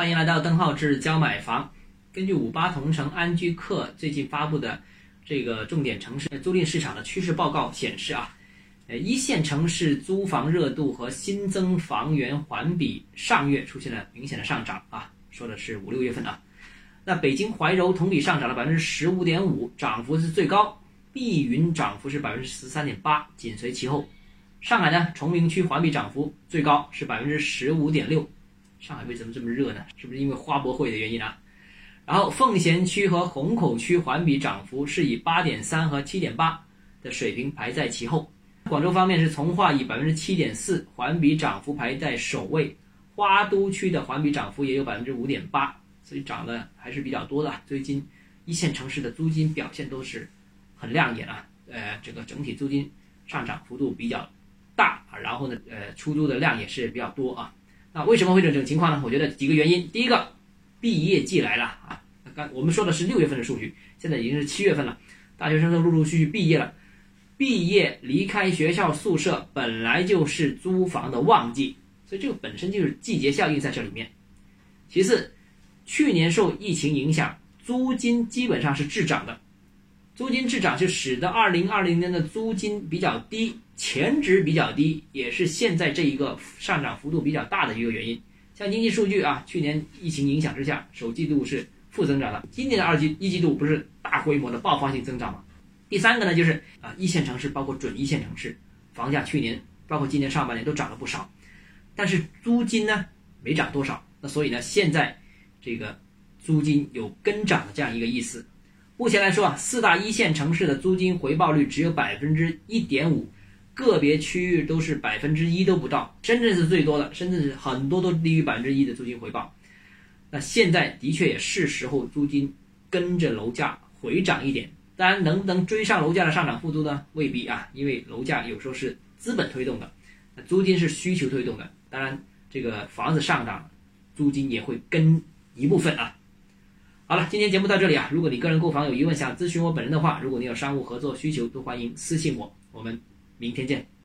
欢迎来到邓浩志教买房。根据58同城安居客最近发布的这个重点城市租赁市场的趋势报告显示一线城市租房热度和新增房源环比上月出现了明显的上涨说的是5、6月份那北京怀柔同比上涨了 15.5%， 涨幅是最高，碧云涨幅是 13.8%， 紧随其后。上海呢，崇明区环比涨幅最高是 15.6%。上海为什么这么热呢？是不是因为花博会的原因然后奉贤区和虹口区环比涨幅是以 8.3% 和 7.8% 的水平排在其后。广州方面是从化以 7.4% 环比涨幅排在首位，花都区的环比涨幅也有 5.8%， 所以涨得还是比较多的。最近一线城市的租金表现都是很亮眼这个整体租金上涨幅度比较大然后呢出租的量也是比较多那为什么会这种情况呢？我觉得几个原因。第一个，毕业季来了我们说的是6月份的数据，现在已经是7月份了，大学生都陆陆续续毕业了。毕业离开学校宿舍本来就是租房的旺季，所以这个本身就是季节效应在这里面。其次，去年受疫情影响，租金基本上是滞涨的，租金滞涨就使得2020年的租金比较低，前值比较低，也是现在这一个上涨幅度比较大的一个原因。像经济数据去年疫情影响之下，首季度是负增长的，今年的一季度不是大规模的爆发性增长吗？第三个呢，就是一线城市包括准一线城市，房价去年包括今年上半年都涨了不少，但是租金呢没涨多少，那所以呢现在这个租金有跟涨的这样一个意思。目前来说四大一线城市的租金回报率只有 1.5%， 个别区域都是 1% 都不到，深圳是最多的，深圳是很多都低于 1% 的租金回报。那现在的确也是时候租金跟着楼价回涨一点，当然能不能追上楼价的上涨幅度呢？未必因为楼价有时候是资本推动的，那租金是需求推动的，当然这个房子上涨，租金也会跟一部分好了，今天节目到这里如果你个人购房有疑问想咨询我本人的话，如果你有商务合作需求，都欢迎私信我，我们明天见。